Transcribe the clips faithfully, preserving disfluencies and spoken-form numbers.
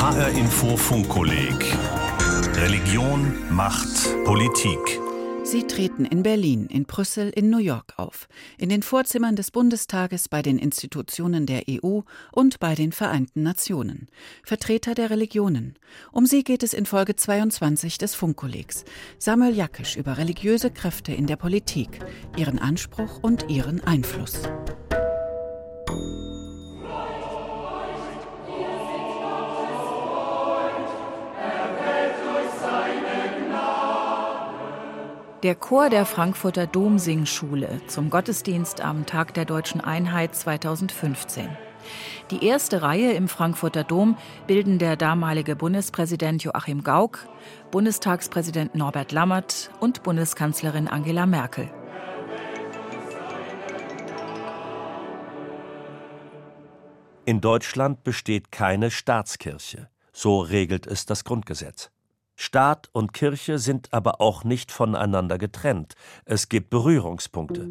H R Info Funkkolleg. Religion, Macht, Politik. Sie treten in Berlin, in Brüssel, in New York auf, in den Vorzimmern des Bundestages, bei den Institutionen der E U und bei den Vereinten Nationen. Vertreter der Religionen. Um sie geht es in Folge zweiundzwanzig des Funkkollegs. Samuel Jakisch über religiöse Kräfte in der Politik, ihren Anspruch und ihren Einfluss. Der Chor der Frankfurter Domsingschule zum Gottesdienst am Tag der Deutschen Einheit zweitausendfünfzehn. Die erste Reihe im Frankfurter Dom bilden der damalige Bundespräsident Joachim Gauck, Bundestagspräsident Norbert Lammert und Bundeskanzlerin Angela Merkel. In Deutschland besteht keine Staatskirche. So regelt es das Grundgesetz. Staat und Kirche sind aber auch nicht voneinander getrennt. Es gibt Berührungspunkte.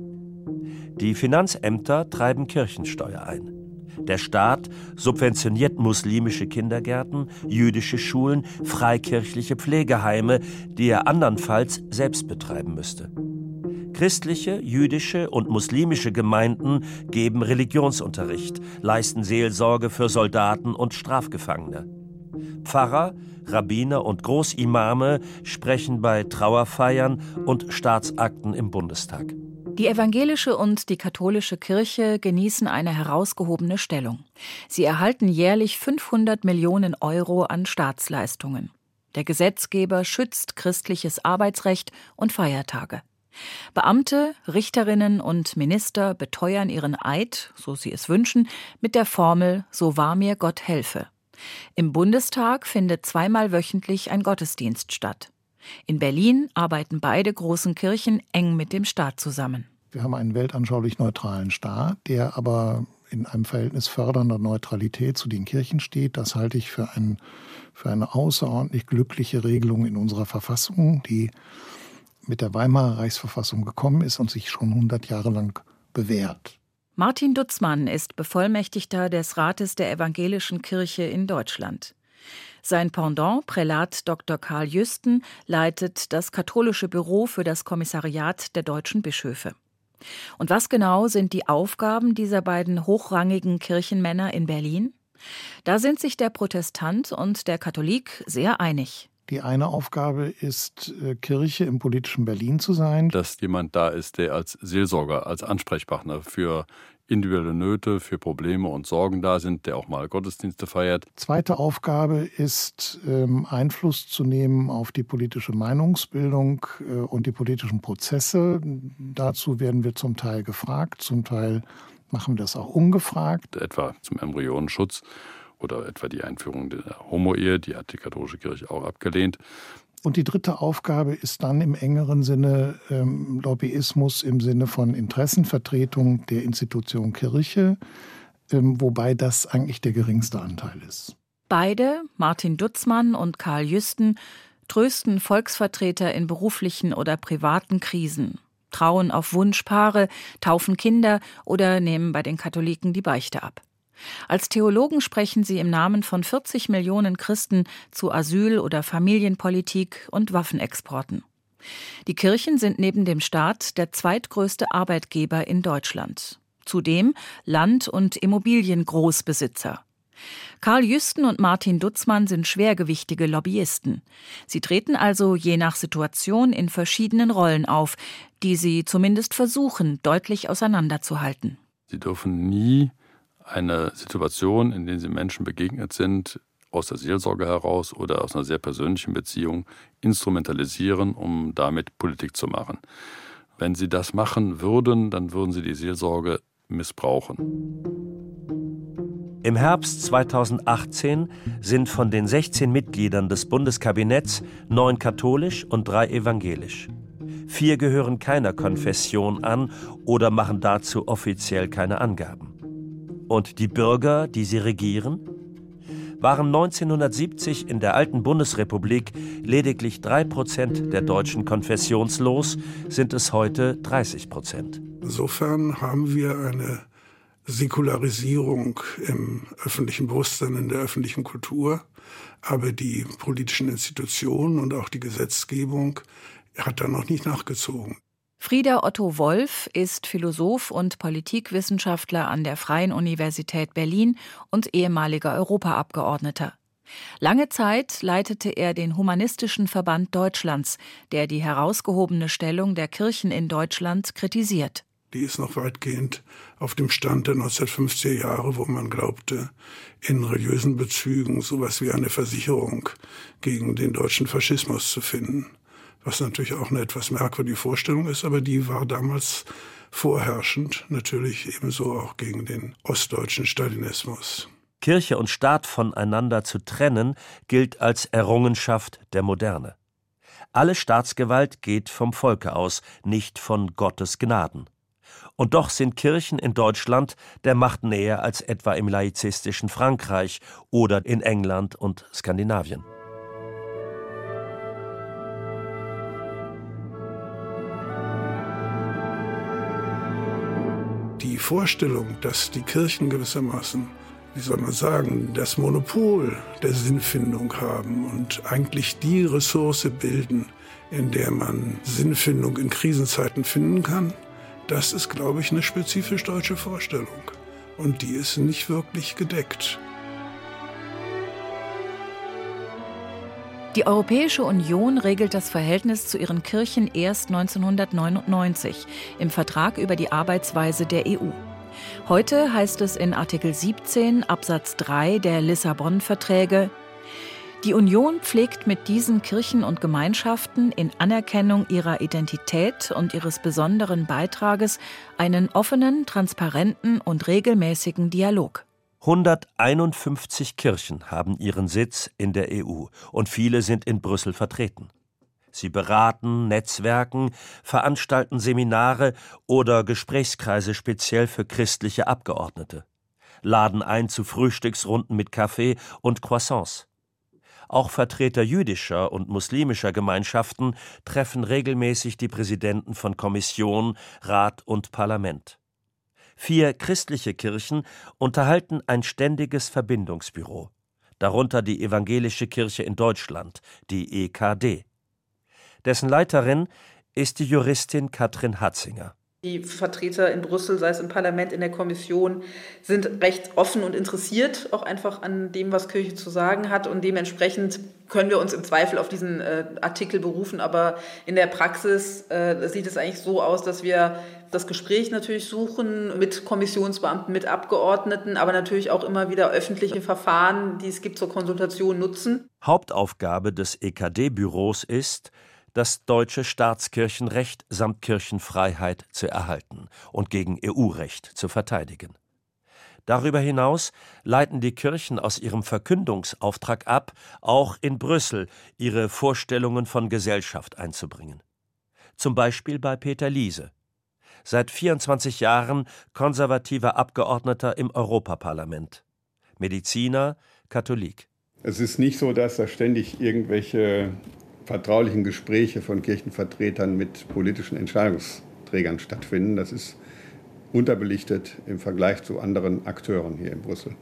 Die Finanzämter treiben Kirchensteuer ein. Der Staat subventioniert muslimische Kindergärten, jüdische Schulen, freikirchliche Pflegeheime, die er andernfalls selbst betreiben müsste. Christliche, jüdische und muslimische Gemeinden geben Religionsunterricht, leisten Seelsorge für Soldaten und Strafgefangene. Pfarrer, Rabbiner und Großimame sprechen bei Trauerfeiern und Staatsakten im Bundestag. Die evangelische und die katholische Kirche genießen eine herausgehobene Stellung. Sie erhalten jährlich fünfhundert Millionen Euro an Staatsleistungen. Der Gesetzgeber schützt christliches Arbeitsrecht und Feiertage. Beamte, Richterinnen und Minister beteuern ihren Eid, so sie es wünschen, mit der Formel „So wahr mir Gott helfe“. Im Bundestag findet zweimal wöchentlich ein Gottesdienst statt. In Berlin arbeiten beide großen Kirchen eng mit dem Staat zusammen. Wir haben einen weltanschaulich neutralen Staat, der aber in einem Verhältnis fördernder Neutralität zu den Kirchen steht. Das halte ich für, ein, für eine außerordentlich glückliche Regelung in unserer Verfassung, die mit der Weimarer Reichsverfassung gekommen ist und sich schon hundert Jahre lang bewährt. Martin Dutzmann ist Bevollmächtigter des Rates der Evangelischen Kirche in Deutschland. Sein Pendant, Prälat Doktor Karl Jüsten, leitet das katholische Büro für das Kommissariat der deutschen Bischöfe. Und was genau sind die Aufgaben dieser beiden hochrangigen Kirchenmänner in Berlin? Da sind sich der Protestant und der Katholik sehr einig. Die eine Aufgabe ist, Kirche im politischen Berlin zu sein. Dass jemand da ist, der als Seelsorger, als Ansprechpartner für individuelle Nöte, für Probleme und Sorgen da sind, der auch mal Gottesdienste feiert. Zweite Aufgabe ist, Einfluss zu nehmen auf die politische Meinungsbildung und die politischen Prozesse. Dazu werden wir zum Teil gefragt, zum Teil machen wir das auch ungefragt. Etwa zum Embryonenschutz. Oder etwa die Einführung der Homo-Ehe, die hat die katholische Kirche auch abgelehnt. Und die dritte Aufgabe ist dann im engeren Sinne ähm, Lobbyismus im Sinne von Interessenvertretung der Institution Kirche, ähm, wobei das eigentlich der geringste Anteil ist. Beide, Martin Dutzmann und Karl Jüsten, trösten Volksvertreter in beruflichen oder privaten Krisen, trauen auf Wunsch Paare, taufen Kinder oder nehmen bei den Katholiken die Beichte ab. Als Theologen sprechen sie im Namen von vierzig Millionen Christen zu Asyl- oder Familienpolitik und Waffenexporten. Die Kirchen sind neben dem Staat der zweitgrößte Arbeitgeber in Deutschland. Zudem Land- und Immobiliengroßbesitzer. Karl Jüsten und Martin Dutzmann sind schwergewichtige Lobbyisten. Sie treten also je nach Situation in verschiedenen Rollen auf, die sie zumindest versuchen, deutlich auseinanderzuhalten. Sie dürfen nie eine Situation, in der sie Menschen begegnet sind, aus der Seelsorge heraus oder aus einer sehr persönlichen Beziehung, instrumentalisieren, um damit Politik zu machen. Wenn sie das machen würden, dann würden sie die Seelsorge missbrauchen. Im Herbst zweitausendachtzehn sind von den sechzehn Mitgliedern des Bundeskabinetts neun katholisch und drei evangelisch. Vier gehören keiner Konfession an oder machen dazu offiziell keine Angaben. Und die Bürger, die sie regieren? Waren neunzehnhundertsiebzig in der alten Bundesrepublik lediglich drei Prozent der Deutschen konfessionslos, sind es heute dreißig Prozent. Insofern haben wir eine Säkularisierung im öffentlichen Bewusstsein, in der öffentlichen Kultur, aber die politischen Institutionen und auch die Gesetzgebung hat da noch nicht nachgezogen. Frieder Otto Wolf ist Philosoph und Politikwissenschaftler an der Freien Universität Berlin und ehemaliger Europaabgeordneter. Lange Zeit leitete er den Humanistischen Verband Deutschlands, der die herausgehobene Stellung der Kirchen in Deutschland kritisiert. Die ist noch weitgehend auf dem Stand der neunzehnhundertfünfziger Jahre, wo man glaubte, in religiösen Bezügen sowas wie eine Versicherung gegen den deutschen Faschismus zu finden. Was natürlich auch eine etwas merkwürdige Vorstellung ist, aber die war damals vorherrschend, natürlich ebenso auch gegen den ostdeutschen Stalinismus. Kirche und Staat voneinander zu trennen, gilt als Errungenschaft der Moderne. Alle Staatsgewalt geht vom Volke aus, nicht von Gottes Gnaden. Und doch sind Kirchen in Deutschland der Macht näher als etwa im laizistischen Frankreich oder in England und Skandinavien. Die Vorstellung, dass die Kirchen gewissermaßen, wie soll man sagen, das Monopol der Sinnfindung haben und eigentlich die Ressource bilden, in der man Sinnfindung in Krisenzeiten finden kann, das ist, glaube ich, eine spezifisch deutsche Vorstellung. Und die ist nicht wirklich gedeckt. Die Europäische Union regelt das Verhältnis zu ihren Kirchen erst neunzehnhundertneunundneunzig im Vertrag über die Arbeitsweise der E U. Heute heißt es in Artikel siebzehn Absatz drei der Lissabon-Verträge: Die Union pflegt mit diesen Kirchen und Gemeinschaften in Anerkennung ihrer Identität und ihres besonderen Beitrages einen offenen, transparenten und regelmäßigen Dialog. hunderteinundfünfzig Kirchen haben ihren Sitz in der E U und viele sind in Brüssel vertreten. Sie beraten, netzwerken, veranstalten Seminare oder Gesprächskreise speziell für christliche Abgeordnete, laden ein zu Frühstücksrunden mit Kaffee und Croissants. Auch Vertreter jüdischer und muslimischer Gemeinschaften treffen regelmäßig die Präsidenten von Kommission, Rat und Parlament. Vier christliche Kirchen unterhalten ein ständiges Verbindungsbüro, darunter die Evangelische Kirche in Deutschland, die E K D. Dessen Leiterin ist die Juristin Katrin Hatzinger. Die Vertreter in Brüssel, sei es im Parlament, in der Kommission, sind recht offen und interessiert auch einfach an dem, was Kirche zu sagen hat. Und dementsprechend können wir uns im Zweifel auf diesen äh, Artikel berufen. Aber in der Praxis äh, sieht es eigentlich so aus, dass wir das Gespräch natürlich suchen mit Kommissionsbeamten, mit Abgeordneten, aber natürlich auch immer wieder öffentliche Verfahren, die es gibt zur Konsultation, nutzen. Hauptaufgabe des E K D-Büros ist, das deutsche Staatskirchenrecht samt Kirchenfreiheit zu erhalten und gegen E U-Recht zu verteidigen. Darüber hinaus leiten die Kirchen aus ihrem Verkündungsauftrag ab, auch in Brüssel ihre Vorstellungen von Gesellschaft einzubringen. Zum Beispiel bei Peter Liese, seit vierundzwanzig Jahren konservativer Abgeordneter im Europaparlament, Mediziner, Katholik. Es ist nicht so, dass da ständig irgendwelche vertraulichen Gespräche von Kirchenvertretern mit politischen Entscheidungsträgern stattfinden. Das ist unterbelichtet im Vergleich zu anderen Akteuren hier in Brüssel.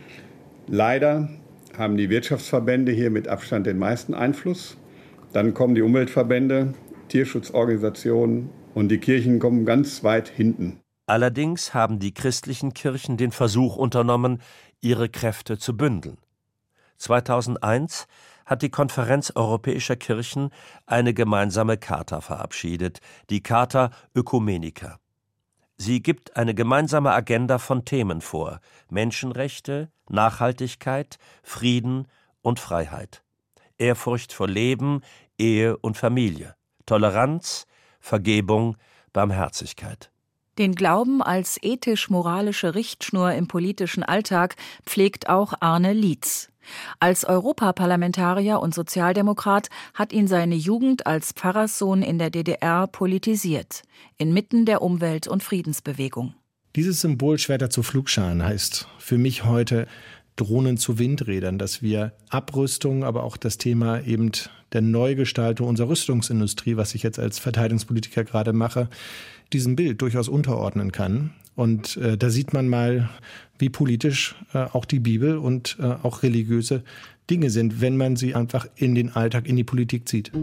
Leider haben die Wirtschaftsverbände hier mit Abstand den meisten Einfluss. Dann kommen die Umweltverbände, Tierschutzorganisationen und die Kirchen kommen ganz weit hinten. Allerdings haben die christlichen Kirchen den Versuch unternommen, ihre Kräfte zu bündeln. zweitausendeins hat die Konferenz europäischer Kirchen eine gemeinsame Charta verabschiedet, die Charta Ökumenica. Sie gibt eine gemeinsame Agenda von Themen vor: Menschenrechte, Nachhaltigkeit, Frieden und Freiheit, Ehrfurcht vor Leben, Ehe und Familie, Toleranz, Vergebung, Barmherzigkeit. Den Glauben als ethisch-moralische Richtschnur im politischen Alltag pflegt auch Arne Lietz. Als Europaparlamentarier und Sozialdemokrat hat ihn seine Jugend als Pfarrerssohn in der D D R politisiert, inmitten der Umwelt- und Friedensbewegung. Dieses Symbol Schwerter zu Flugscharen heißt für mich heute Drohnen zu Windrädern, dass wir Abrüstung, aber auch das Thema eben der Neugestaltung unserer Rüstungsindustrie, was ich jetzt als Verteidigungspolitiker gerade mache, diesem Bild durchaus unterordnen kann. Und äh, da sieht man mal, wie politisch äh, auch die Bibel und äh, auch religiöse Dinge sind, wenn man sie einfach in den Alltag, in die Politik zieht.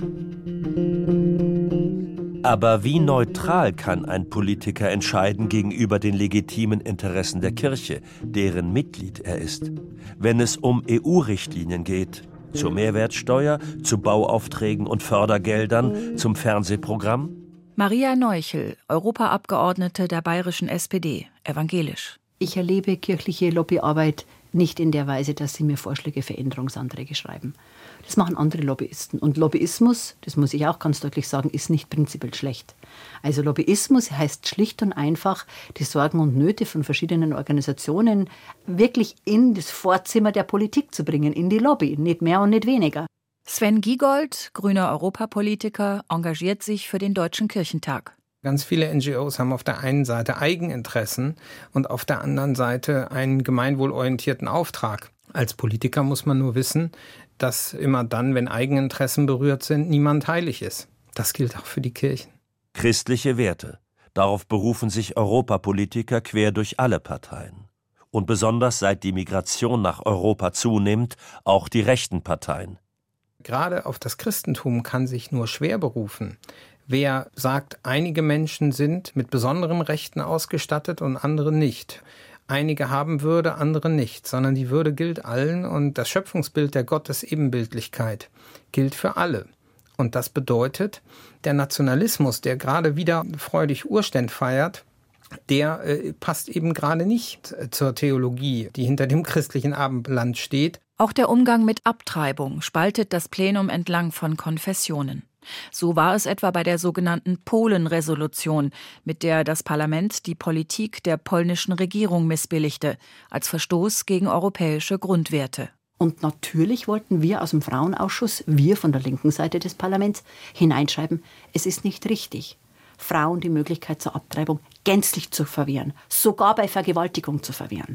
Aber wie neutral kann ein Politiker entscheiden gegenüber den legitimen Interessen der Kirche, deren Mitglied er ist, wenn es um E U-Richtlinien geht, zur Mehrwertsteuer, zu Bauaufträgen und Fördergeldern, zum Fernsehprogramm? Maria Neuchel, Europaabgeordnete der bayerischen S P D, evangelisch. Ich erlebe kirchliche Lobbyarbeit nicht in der Weise, dass sie mir Vorschläge für Änderungsanträge schreiben. Das machen andere Lobbyisten. Und Lobbyismus, das muss ich auch ganz deutlich sagen, ist nicht prinzipiell schlecht. Also Lobbyismus heißt schlicht und einfach, die Sorgen und Nöte von verschiedenen Organisationen wirklich in das Vorzimmer der Politik zu bringen, in die Lobby, nicht mehr und nicht weniger. Sven Giegold, grüner Europapolitiker, engagiert sich für den Deutschen Kirchentag. Ganz viele N G Os haben auf der einen Seite Eigeninteressen und auf der anderen Seite einen gemeinwohlorientierten Auftrag. Als Politiker muss man nur wissen, dass immer dann, wenn Eigeninteressen berührt sind, niemand heilig ist. Das gilt auch für die Kirchen. Christliche Werte. Darauf berufen sich Europapolitiker quer durch alle Parteien. Und besonders seit die Migration nach Europa zunimmt, auch die rechten Parteien. Gerade auf das Christentum kann sich nur schwer berufen. Wer sagt, einige Menschen sind mit besonderen Rechten ausgestattet und andere nicht. Einige haben Würde, andere nicht, sondern die Würde gilt allen und das Schöpfungsbild der Gottesebenbildlichkeit gilt für alle. Und das bedeutet, der Nationalismus, der gerade wieder freudig Urständ feiert, der äh, passt eben gerade nicht zur Theologie, die hinter dem christlichen Abendland steht. Auch der Umgang mit Abtreibung spaltet das Plenum entlang von Konfessionen. So war es etwa bei der sogenannten Polen-Resolution, mit der das Parlament die Politik der polnischen Regierung missbilligte, als Verstoß gegen europäische Grundwerte. Und natürlich wollten wir aus dem Frauenausschuss, wir von der linken Seite des Parlaments, hineinschreiben, es ist nicht richtig, Frauen die Möglichkeit zur Abtreibung gänzlich zu verwehren, sogar bei Vergewaltigung zu verwehren.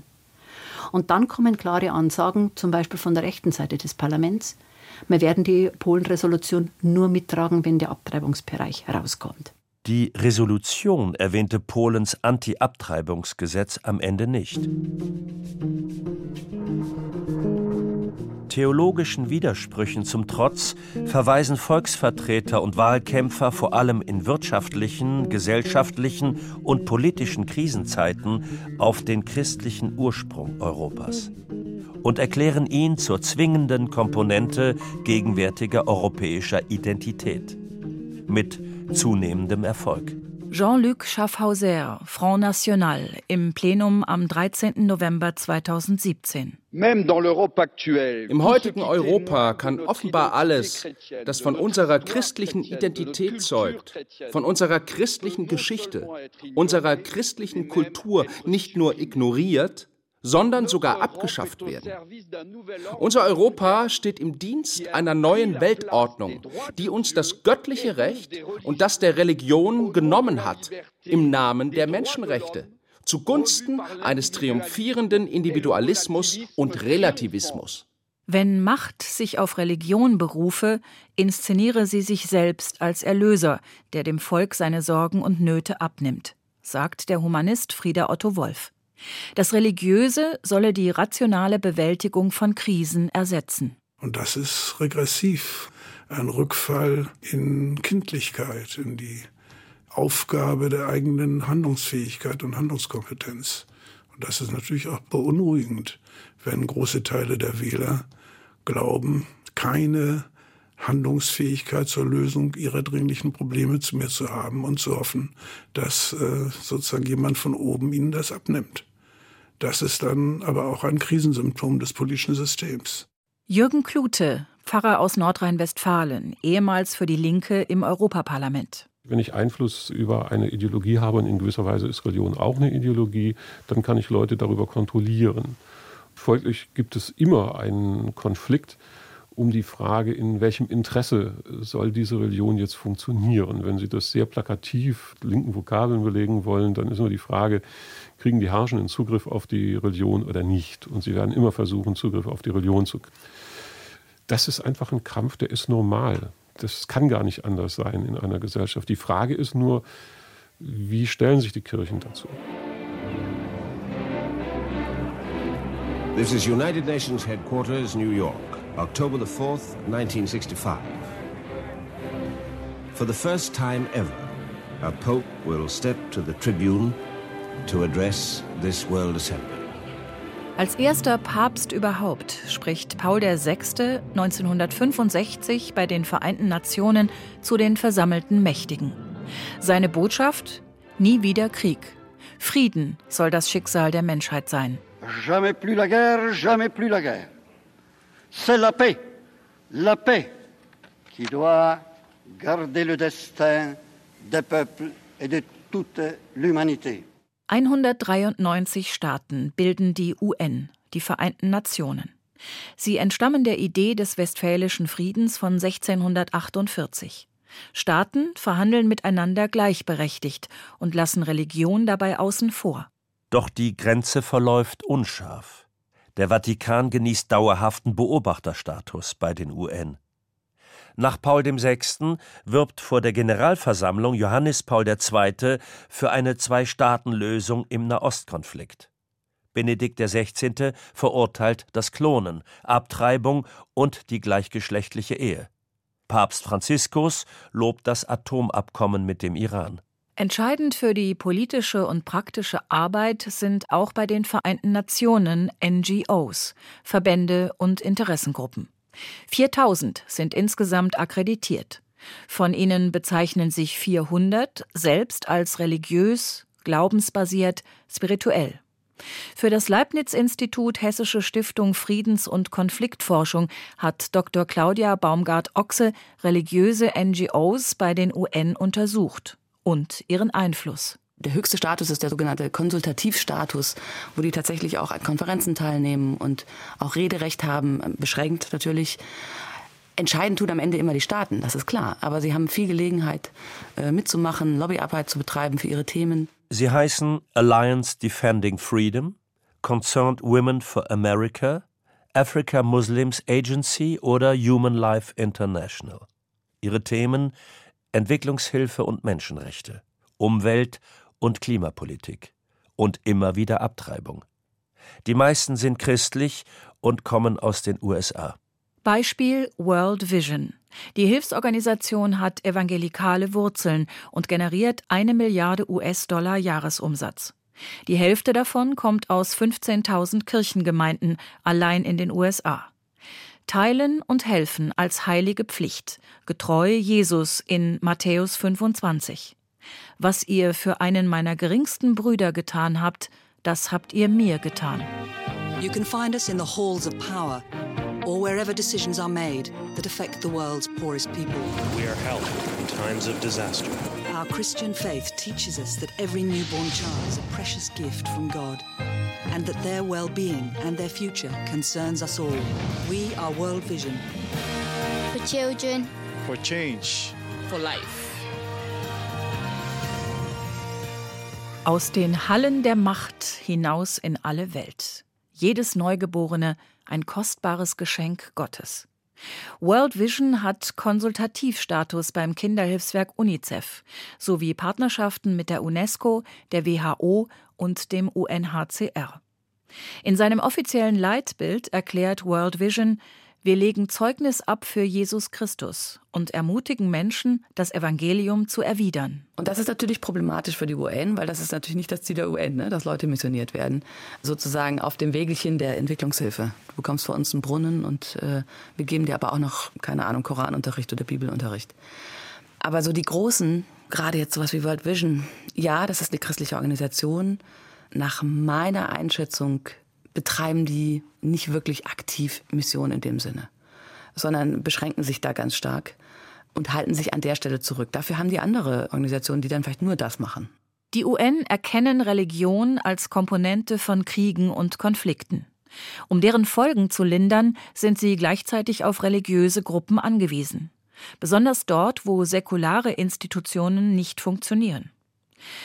Und dann kommen klare Ansagen, zum Beispiel von der rechten Seite des Parlaments, wir werden die Polen-Resolution nur mittragen, wenn der Abtreibungsbereich herauskommt. Die Resolution erwähnte Polens Anti-Abtreibungsgesetz am Ende nicht. Theologischen Widersprüchen zum Trotz verweisen Volksvertreter und Wahlkämpfer vor allem in wirtschaftlichen, gesellschaftlichen und politischen Krisenzeiten auf den christlichen Ursprung Europas und erklären ihn zur zwingenden Komponente gegenwärtiger europäischer Identität. Mit zunehmendem Erfolg. Jean-Luc Schaffhauser, Front National, im Plenum am dreizehnten November zweitausendsiebzehn. Im heutigen Europa kann offenbar alles, das von unserer christlichen Identität zeugt, von unserer christlichen Geschichte, unserer christlichen Kultur nicht nur ignoriert, sondern sogar abgeschafft werden. Unser Europa steht im Dienst einer neuen Weltordnung, die uns das göttliche Recht und das der Religion genommen hat, im Namen der Menschenrechte, zugunsten eines triumphierenden Individualismus und Relativismus. Wenn Macht sich auf Religion berufe, inszeniere sie sich selbst als Erlöser, der dem Volk seine Sorgen und Nöte abnimmt, sagt der Humanist Frieder Otto Wolf. Das Religiöse solle die rationale Bewältigung von Krisen ersetzen. Und das ist regressiv. Ein Rückfall in Kindlichkeit, in die Aufgabe der eigenen Handlungsfähigkeit und Handlungskompetenz. Und das ist natürlich auch beunruhigend, wenn große Teile der Wähler glauben, keine Handlungsfähigkeit zur Lösung ihrer dringlichen Probleme zu mir zu haben und zu hoffen, dass äh, sozusagen jemand von oben ihnen das abnimmt. Das ist dann aber auch ein Krisensymptom des politischen Systems. Jürgen Klute, Pfarrer aus Nordrhein-Westfalen, ehemals für die Linke im Europaparlament. Wenn ich Einfluss über eine Ideologie habe, und in gewisser Weise ist Religion auch eine Ideologie, dann kann ich Leute darüber kontrollieren. Folglich gibt es immer einen Konflikt um die Frage, in welchem Interesse soll diese Religion jetzt funktionieren. Wenn Sie das sehr plakativ linken Vokabeln belegen wollen, dann ist nur die Frage, kriegen die Herrschenden Zugriff auf die Religion oder nicht? Und sie werden immer versuchen, Zugriff auf die Religion zu kriegen. Das ist einfach ein Kampf, der ist normal. Das kann gar nicht anders sein in einer Gesellschaft. Die Frage ist nur, Wie stellen sich die Kirchen dazu? This is United Nations Headquarters, New York, October the fourth, nineteen sixty-five. For the first time ever, a Pope will step to the tribune to address this World Assembly. Als erster Papst überhaupt spricht Paul der Sechste neunzehnhundertfünfundsechzig bei den Vereinten Nationen zu den versammelten Mächtigen. Seine Botschaft: Nie wieder Krieg. Frieden soll das Schicksal der Menschheit sein. Jamais plus la guerre, jamais plus la guerre. C'est la paix, la paix qui doit garder le destin des peuples et de toute l'humanité. hundertdreiundneunzig Staaten bilden die U N, die Vereinten Nationen. Sie entstammen der Idee des Westfälischen Friedens von sechzehnhundertachtundvierzig. Staaten verhandeln miteinander gleichberechtigt und lassen Religion dabei außen vor. Doch die Grenze verläuft unscharf. Der Vatikan genießt dauerhaften Beobachterstatus bei den U N. Nach Paul dem Sechsten wirbt vor der Generalversammlung Johannes Paul der Zweite für eine Zwei-Staaten-Lösung im Nahostkonflikt. Benedikt der Sechzehnte verurteilt das Klonen, Abtreibung und die gleichgeschlechtliche Ehe. Papst Franziskus lobt das Atomabkommen mit dem Iran. Entscheidend für die politische und praktische Arbeit sind auch bei den Vereinten Nationen N G Os, Verbände und Interessengruppen. viertausend sind insgesamt akkreditiert. Von ihnen bezeichnen sich vierhundert selbst als religiös, glaubensbasiert, spirituell. Für das Leibniz-Institut Hessische Stiftung Friedens- und Konfliktforschung hat Doktor Claudia Baumgart-Ochse religiöse N G Os bei den U N untersucht und ihren Einfluss. Der höchste Status ist der sogenannte Konsultativstatus, wo die tatsächlich auch an Konferenzen teilnehmen und auch Rederecht haben, beschränkt natürlich. Entscheidend tun am Ende immer die Staaten, das ist klar. Aber sie haben viel Gelegenheit äh, mitzumachen, Lobbyarbeit zu betreiben für ihre Themen. Sie heißen Alliance Defending Freedom, Concerned Women for America, Africa Muslims Agency oder Human Life International. Ihre Themen: Entwicklungshilfe und Menschenrechte, Umwelt- und Klimapolitik und immer wieder Abtreibung. Die meisten sind christlich und kommen aus den U S A. Beispiel World Vision. Die Hilfsorganisation hat evangelikale Wurzeln und generiert eine Milliarde U S-Dollar Jahresumsatz. Die Hälfte davon kommt aus fünfzehntausend Kirchengemeinden allein in den U S A. Teilen und helfen als heilige Pflicht, getreu Jesus in Matthäus fünfundzwanzig. Was ihr für einen meiner geringsten Brüder getan habt, das habt ihr mir getan. You can find us in the halls of power or wherever decisions are made that affect the world's poorest people. We are help in times of disaster. Our Christian faith teaches us that every newborn child is a precious gift from God and that their well-being and their future concerns us all. We are World Vision. For children. For change. For life. Aus den Hallen der Macht hinaus in alle Welt. Jedes Neugeborene ein kostbares Geschenk Gottes. World Vision hat Konsultativstatus beim Kinderhilfswerk UNICEF sowie Partnerschaften mit der UNESCO, der W H O und dem U N H C R. In seinem offiziellen Leitbild erklärt World Vision: Wir legen Zeugnis ab für Jesus Christus und ermutigen Menschen, das Evangelium zu erwidern. Und das ist natürlich problematisch für die U N, weil das ist natürlich nicht das Ziel der U N, ne, dass Leute missioniert werden. Sozusagen auf dem Wegelchen der Entwicklungshilfe. Du bekommst von uns einen Brunnen und äh, wir geben dir aber auch noch, keine Ahnung, Koranunterricht oder Bibelunterricht. Aber so die großen, gerade jetzt sowas wie World Vision, ja, das ist eine christliche Organisation. Nach meiner Einschätzung betreiben die nicht wirklich aktiv Mission in dem Sinne, sondern beschränken sich da ganz stark und halten sich an der Stelle zurück. Dafür haben die andere Organisationen, die dann vielleicht nur das machen. Die U N erkennen Religion als Komponente von Kriegen und Konflikten. Um deren Folgen zu lindern, sind sie gleichzeitig auf religiöse Gruppen angewiesen. Besonders dort, wo säkulare Institutionen nicht funktionieren.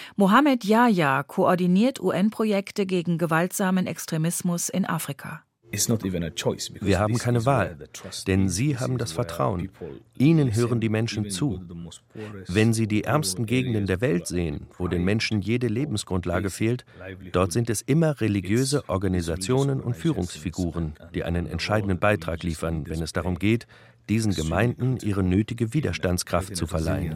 Mohamed Yahya koordiniert U N-Projekte gegen gewaltsamen Extremismus in Afrika. Wir haben keine Wahl, denn Sie haben das Vertrauen. Ihnen hören die Menschen zu. Wenn Sie die ärmsten Gegenden der Welt sehen, wo den Menschen jede Lebensgrundlage fehlt, dort sind es immer religiöse Organisationen und Führungsfiguren, die einen entscheidenden Beitrag liefern, wenn es darum geht, diesen Gemeinden ihre nötige Widerstandskraft zu verleihen.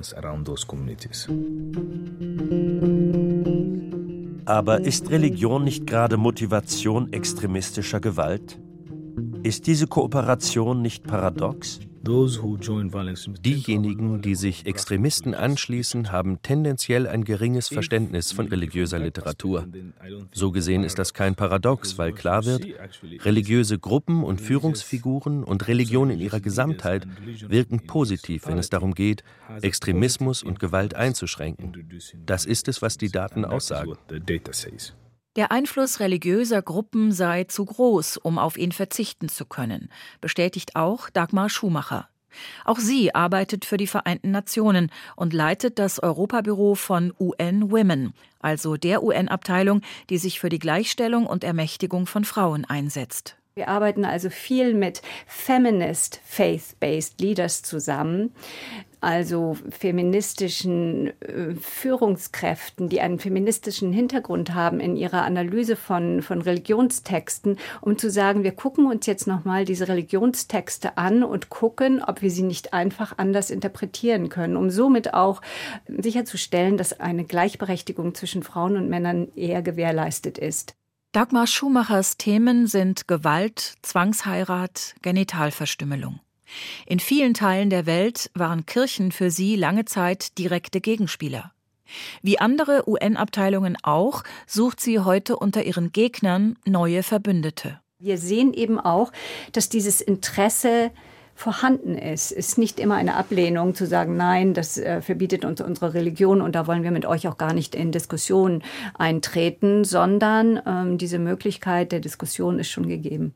Aber ist Religion nicht gerade Motivation extremistischer Gewalt? Ist diese Kooperation nicht paradox? Diejenigen, die sich Extremisten anschließen, haben tendenziell ein geringes Verständnis von religiöser Literatur. So gesehen ist das kein Paradox, weil klar wird, religiöse Gruppen und Führungsfiguren und Religion in ihrer Gesamtheit wirken positiv, wenn es darum geht, Extremismus und Gewalt einzuschränken. Das ist es, was die Daten aussagen. Der Einfluss religiöser Gruppen sei zu groß, um auf ihn verzichten zu können, bestätigt auch Dagmar Schumacher. Auch sie arbeitet für die Vereinten Nationen und leitet das Europabüro von U N Women, also der U N-Abteilung, die sich für die Gleichstellung und Ermächtigung von Frauen einsetzt. Wir arbeiten also viel mit Feminist Faith-Based Leaders zusammen, also feministischen äh, Führungskräften, die einen feministischen Hintergrund haben in ihrer Analyse von, von Religionstexten, um zu sagen, wir gucken uns jetzt nochmal diese Religionstexte an und gucken, ob wir sie nicht einfach anders interpretieren können, um somit auch sicherzustellen, dass eine Gleichberechtigung zwischen Frauen und Männern eher gewährleistet ist. Dagmar Schumachers Themen sind Gewalt, Zwangsheirat, Genitalverstümmelung. In vielen Teilen der Welt waren Kirchen für sie lange Zeit direkte Gegenspieler. Wie andere U N-Abteilungen auch, sucht sie heute unter ihren Gegnern neue Verbündete. Wir sehen eben auch, dass dieses Interesse vorhanden ist. Es ist nicht immer eine Ablehnung zu sagen, nein, das äh, verbietet uns unsere Religion und da wollen wir mit euch auch gar nicht in Diskussionen eintreten, sondern ähm, diese Möglichkeit der Diskussion ist schon gegeben.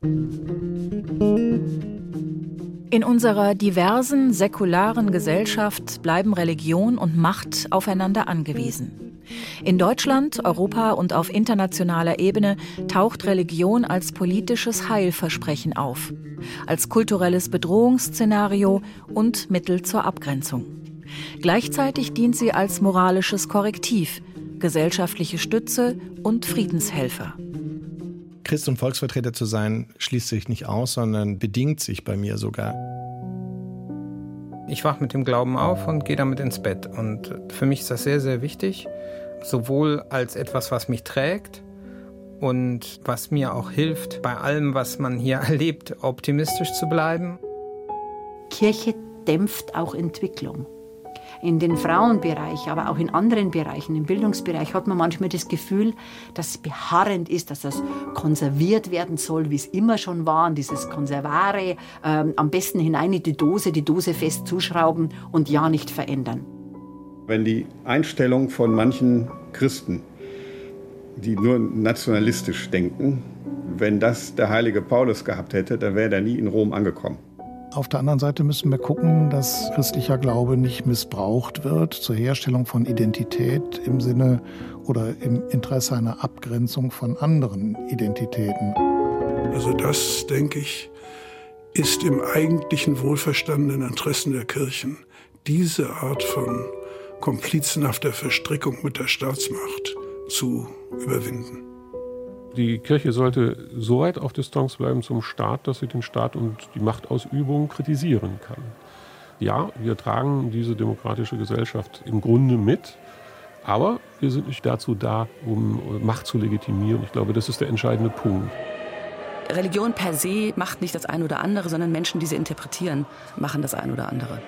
In unserer diversen, säkularen Gesellschaft bleiben Religion und Macht aufeinander angewiesen. In Deutschland, Europa und auf internationaler Ebene taucht Religion als politisches Heilversprechen auf, als kulturelles Bedrohungsszenario und Mittel zur Abgrenzung. Gleichzeitig dient sie als moralisches Korrektiv, gesellschaftliche Stütze und Friedenshelfer. Christ und Volksvertreter zu sein, schließt sich nicht aus, sondern bedingt sich bei mir sogar. Ich wache mit dem Glauben auf und gehe damit ins Bett. Und für mich ist das sehr, sehr wichtig, sowohl als etwas, was mich trägt und was mir auch hilft, bei allem, was man hier erlebt, optimistisch zu bleiben. Kirche dämpft auch Entwicklung. In den Frauenbereich, aber auch in anderen Bereichen, im Bildungsbereich, hat man manchmal das Gefühl, dass es beharrend ist, dass das konserviert werden soll, wie es immer schon war, und dieses Konservare, ähm, am besten hinein in die Dose, die Dose fest zuschrauben und ja nicht verändern. Wenn die Einstellung von manchen Christen, die nur nationalistisch denken, wenn das der heilige Paulus gehabt hätte, dann wäre er nie in Rom angekommen. Auf der anderen Seite müssen wir gucken, dass christlicher Glaube nicht missbraucht wird zur Herstellung von Identität im Sinne oder im Interesse einer Abgrenzung von anderen Identitäten. Also das, denke ich, ist im eigentlichen wohlverstandenen Interessen der Kirchen, diese Art von komplizenhafter Verstrickung mit der Staatsmacht zu überwinden. Die Kirche sollte so weit auf Distanz bleiben zum Staat, dass sie den Staat und die Machtausübung kritisieren kann. Ja, wir tragen diese demokratische Gesellschaft im Grunde mit, aber wir sind nicht dazu da, um Macht zu legitimieren. Ich glaube, das ist der entscheidende Punkt. Religion per se macht nicht das eine oder andere, sondern Menschen, die sie interpretieren, machen das eine oder andere.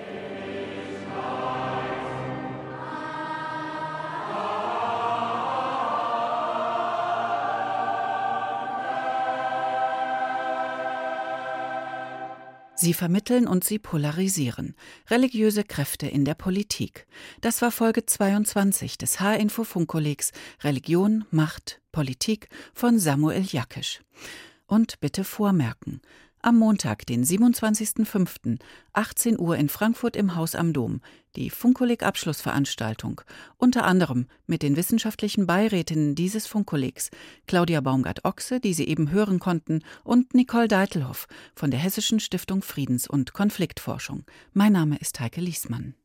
Sie vermitteln und sie polarisieren. Religiöse Kräfte in der Politik. Das war Folge zweiundzwanzig des H-Info-Funkkollegs Religion, Macht, Politik von Samuel Jakisch. Und bitte vormerken: Am Montag, den siebenundzwanzigsten fünften, achtzehn Uhr in Frankfurt im Haus am Dom, die Funkkolleg-Abschlussveranstaltung, unter anderem mit den wissenschaftlichen Beirätinnen dieses Funkkollegs, Claudia Baumgart-Ochse, die Sie eben hören konnten, und Nicole Deitelhoff von der Hessischen Stiftung Friedens- und Konfliktforschung. Mein Name ist Heike Liesmann.